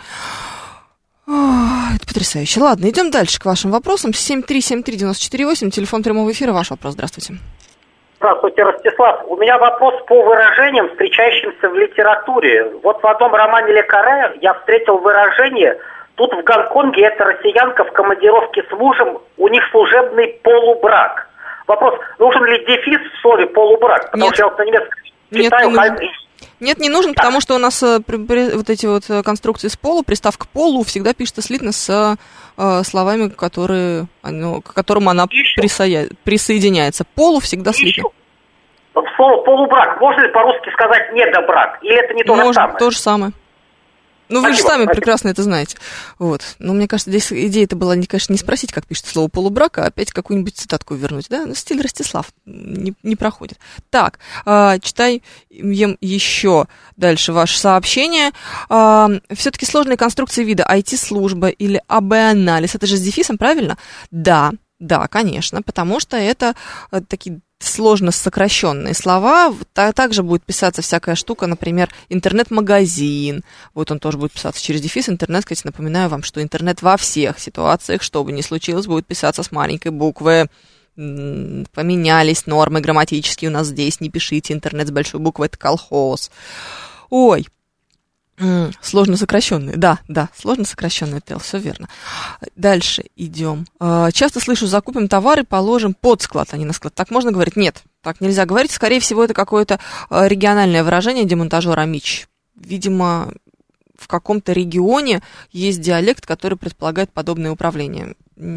B: Это потрясающе. Ладно, идем дальше к вашим вопросам. 7373948, телефон прямого эфира. Ваш вопрос. Здравствуйте.
F: Здравствуйте, Ростислав. У меня вопрос по выражениям, встречающимся в литературе. Вот в одном романе Ле Карре я встретил выражение: тут в Гонконге эта россиянка в командировке с мужем, у них служебный полубрак. Вопрос, нужен ли дефис в слове полубрак? Потому
B: Нет.
F: что я вот на немецком читаю.
B: Нет, не нужен, потому что у нас вот эти вот конструкции с полу, приставка полу всегда пишется слитно с словами, к которым она присоединяется. Полу всегда слитно.
F: Слово полубрак, можно ли по-русски сказать недобрак? Или это не то же самое?
B: То же самое. Ну, вы же сами прекрасно это знаете. Вот. Но мне кажется, здесь идея-то была, конечно, не спросить, как пишется слово полубрак, а опять какую-нибудь цитатку вернуть, да? Ну, стиль Ростислав не проходит. Так, читаем еще дальше ваше сообщение. Все-таки сложные конструкции вида IT-служба или АБ-анализ, это же с дефисом, правильно? Да, конечно, потому что это такие сложно сокращенные слова. Также будет писаться всякая штука, например, интернет-магазин. Вот он тоже будет писаться через дефис. Интернет, кстати, напоминаю вам, что интернет во всех ситуациях, что бы ни случилось, будет писаться с маленькой буквы. Поменялись нормы грамматические у нас здесь. Не пишите интернет с большой буквы, это колхоз. Ой. Сложно сокращенные, да, сложно сокращенные, Тел, все верно. Дальше идем. Часто слышу, закупим товары, положим под склад, а не на склад. Так можно говорить? Нет, так нельзя говорить. Скорее всего, это какое-то региональное выражение демонтажер амич. Видимо, в каком-то регионе есть диалект, который предполагает подобное управление.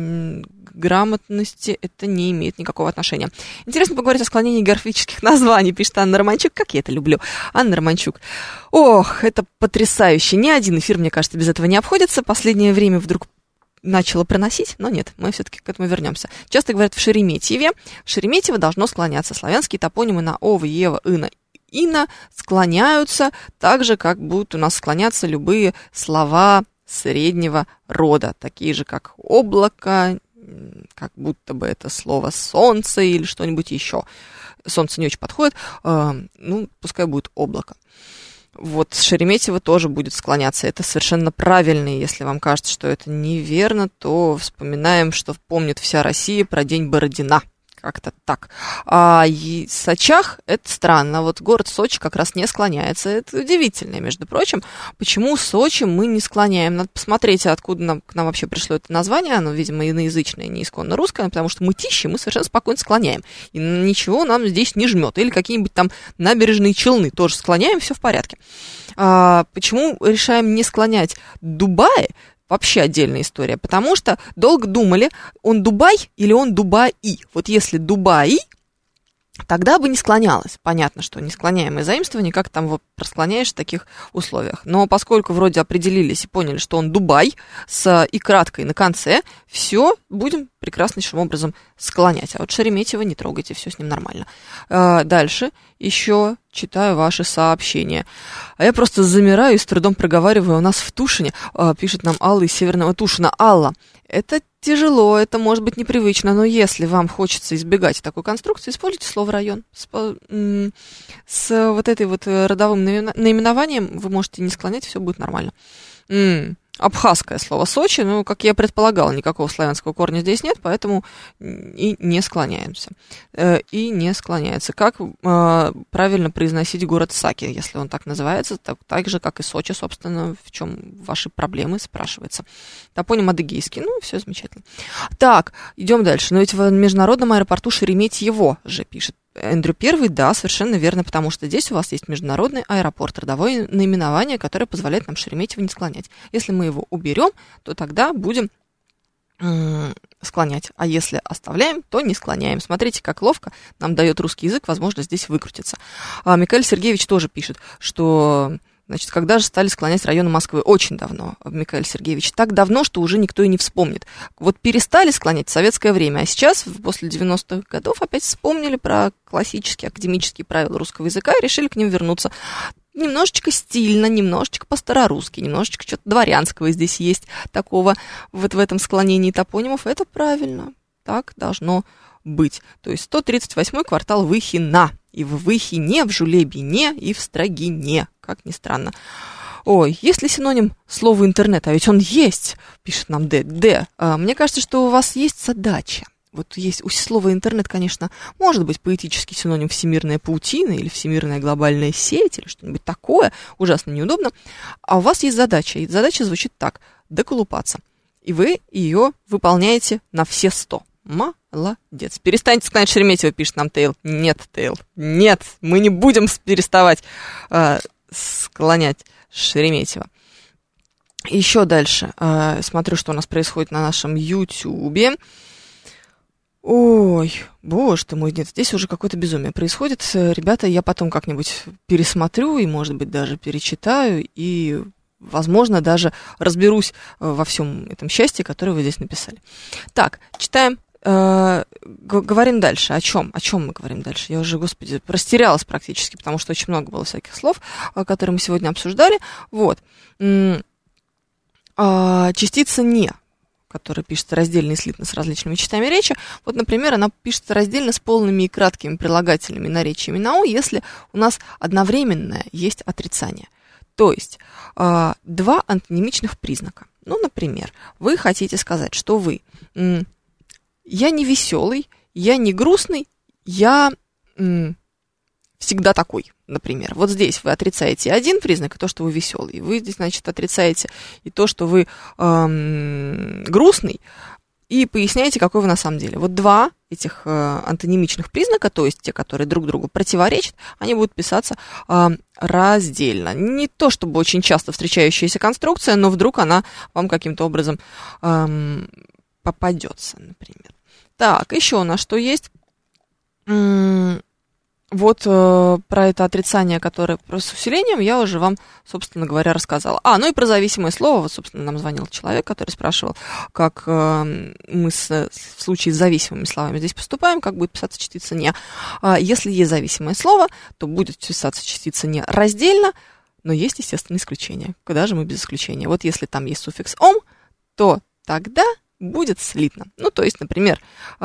B: К грамотности это не имеет никакого отношения. Интересно поговорить о склонении географических названий, пишет Анна Романчук. Как я это люблю. Анна Романчук. Ох, это потрясающе. Ни один эфир, мне кажется, без этого не обходится. Последнее время вдруг начала проносить, но нет, мы все-таки к этому вернемся. Часто говорят в Шереметьеве. Шереметьево должно склоняться. Славянские топонимы на ова, ева, ина, ина склоняются так же, как будут у нас склоняться любые слова среднего рода, такие же, как облако, как будто бы это слово солнце или что-нибудь еще. Солнце не очень подходит, пускай будет облако. Вот Шереметьево тоже будет склоняться. Это совершенно правильно. Если вам кажется, что это неверно, то вспоминаем, что помнит вся Россия про День Бородина. Как-то так. А Сочах, это странно. Вот город Сочи как раз не склоняется. Это удивительно, между прочим. Почему Сочи мы не склоняем? Надо посмотреть, откуда к нам вообще пришло это название. Оно, видимо, иноязычное, не исконно русское, потому что мытищи мы совершенно спокойно склоняем. И ничего нам здесь не жмет. Или какие-нибудь там набережные Челны тоже склоняем, все в порядке. Почему решаем не склонять Дубай? Вообще отдельная история, потому что долго думали, он Дубай или он Дубаи. Вот если Дубаи, тогда бы не склонялось. Понятно, что не склоняемое заимствование, как там его просклоняешь в таких условиях. Но поскольку вроде определились и поняли, что он Дубай с и краткой на конце, все будем прекраснейшим образом склонять. А вот Шереметьево не трогайте, все с ним нормально. Дальше еще читаю ваши сообщения. А я просто замираю и с трудом проговариваю. У нас в Тушине, пишет нам Алла из Северного Тушина. Алла, это тяжело, это может быть непривычно, но если вам хочется избегать такой конструкции, используйте слово «район». С вот этой вот родовым наименованием вы можете не склонять, все будет нормально. Абхазское слово Сочи, как я предполагала, никакого славянского корня здесь нет, поэтому и не склоняемся. И не склоняется. Как правильно произносить город Саки, если он так называется, так же, как и Сочи, собственно, в чем ваши проблемы, спрашивается. Топоним адыгейский, все замечательно. Так, идем дальше. Но ведь в международном аэропорту Шереметьево же пишет Эндрю Первый, да, совершенно верно, потому что здесь у вас есть международный аэропорт, родовое наименование, которое позволяет нам Шереметьево не склонять. Если мы его уберем, то тогда будем склонять, а если оставляем, то не склоняем. Смотрите, как ловко нам дает русский язык возможность здесь выкрутиться. Микаэль Сергеевич тоже пишет, что, значит, когда же стали склонять районы Москвы? Очень давно, Микаэль Сергеевич. Так давно, что уже никто и не вспомнит. Вот перестали склонять в советское время, а сейчас, после 90-х годов, опять вспомнили про классические академические правила русского языка и решили к ним вернуться. Немножечко стильно, немножечко по-старорусски, немножечко что-то дворянского здесь есть такого вот в этом склонении топонимов. Это правильно, так должно быть. То есть 138-й квартал Выхина. И в Выхине, в Жулебине и в Строгине, как ни странно. Ой, есть ли синоним слову интернет? А ведь он есть, пишет нам Д. Мне кажется, что у вас есть задача. Вот есть у слова интернет, конечно, может быть поэтический синоним всемирная паутина или всемирная глобальная сеть или что-нибудь такое, ужасно неудобно. А у вас есть задача, и задача звучит так: доколупаться. И вы ее выполняете на все 100. Молодец. Перестаньте склонять Шереметьево, пишет нам Тейл. Нет, Тейл, нет, мы не будем переставать склонять Шереметьево. Еще дальше. Смотрю, что у нас происходит на нашем Ютубе. Ой, боже ты мой, нет, здесь уже какое-то безумие происходит. Ребята, я потом как-нибудь пересмотрю и, может быть, даже перечитаю, и, возможно, даже разберусь во всем этом счастье, которое вы здесь написали. Так, читаем, говорим дальше. О чем мы говорим дальше? Я уже, господи, растерялась практически, потому что очень много было всяких слов, которые мы сегодня обсуждали. Вот. Частица «не», которая пишется раздельно и слитно с различными частями речи. Вот, например, она пишется раздельно с полными и краткими прилагательными наречиями на «у», если у нас одновременное есть отрицание. То есть два антонимичных признака. Ну, например, вы хотите сказать, что вы «я не веселый», «я не грустный», «я всегда такой», например. Вот здесь вы отрицаете один признак, и то, что вы веселый. Вы здесь, значит, отрицаете и то, что вы грустный, и поясняете, какой вы на самом деле. Вот два этих антонимичных признака, то есть те, которые друг другу противоречат, они будут писаться раздельно. Не то, чтобы очень часто встречающаяся конструкция, но вдруг она вам каким-то образом попадется, например. Так, еще у нас что есть? Вот про это отрицание, которое с усилением, я уже вам, собственно говоря, рассказала. Ну и про зависимое слово. Вот, собственно, нам звонил человек, который спрашивал, как мы в случае с зависимыми словами здесь поступаем, как будет писаться частица «не». Если есть зависимое слово, то будет писаться частица «не» раздельно, но есть, естественно, исключение. Куда же мы без исключения? Вот если там есть суффикс «ом», то тогда будет слитно. Ну, то есть, например,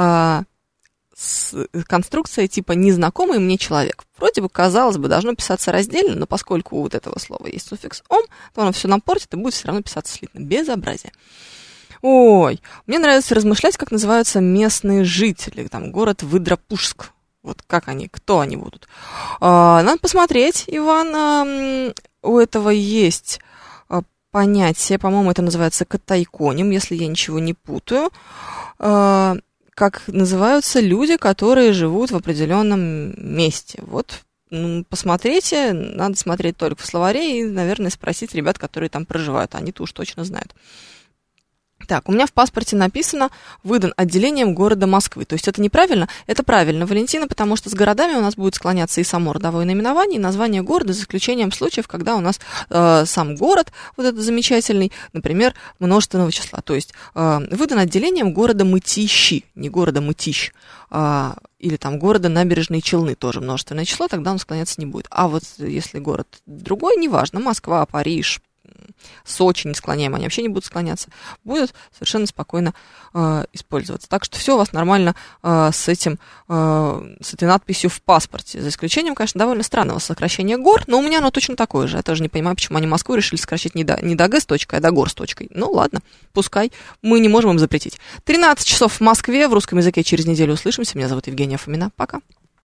B: конструкция типа «незнакомый мне человек». Вроде бы, казалось бы, должно писаться раздельно, но поскольку у вот этого слова есть суффикс «ом», то оно все нам портит и будет все равно писаться слитно. Безобразие. Ой, мне нравится размышлять, как называются местные жители. Там город Выдропужск. Вот как они, кто они будут. Надо посмотреть, Иван. У этого есть понятие, по-моему, это называется катайконим, если я ничего не путаю. Как называются люди, которые живут в определенном месте. Вот, посмотрите, надо смотреть только в словаре и, наверное, спросить ребят, которые там проживают. Они-то уж точно знают. Так, у меня в паспорте написано «выдан отделением города Москвы». То есть это неправильно? Это правильно, Валентина, потому что с городами у нас будет склоняться и само родовое наименование, и название города, за исключением случаев, когда у нас сам город, вот этот замечательный, например, множественного числа. То есть выдан отделением города Мытищи, не города Мытищ, или там города Набережные Челны, тоже множественное число, тогда он склоняться не будет. А вот если город другой, неважно, Москва, Париж, Сочи не склоняем, они вообще не будут склоняться, будут совершенно спокойно использоваться. Так что все у вас нормально с этой надписью в паспорте. За исключением, конечно, довольно странного сокращения гор, но у меня оно точно такое же. Я тоже не понимаю, почему они Москву решили сокращать не до Г с точкой, а до гор с точкой. Ну ладно, пускай, мы не можем им запретить. 13 часов в Москве, в русском языке через неделю услышимся. Меня зовут Евгения Фомина. Пока.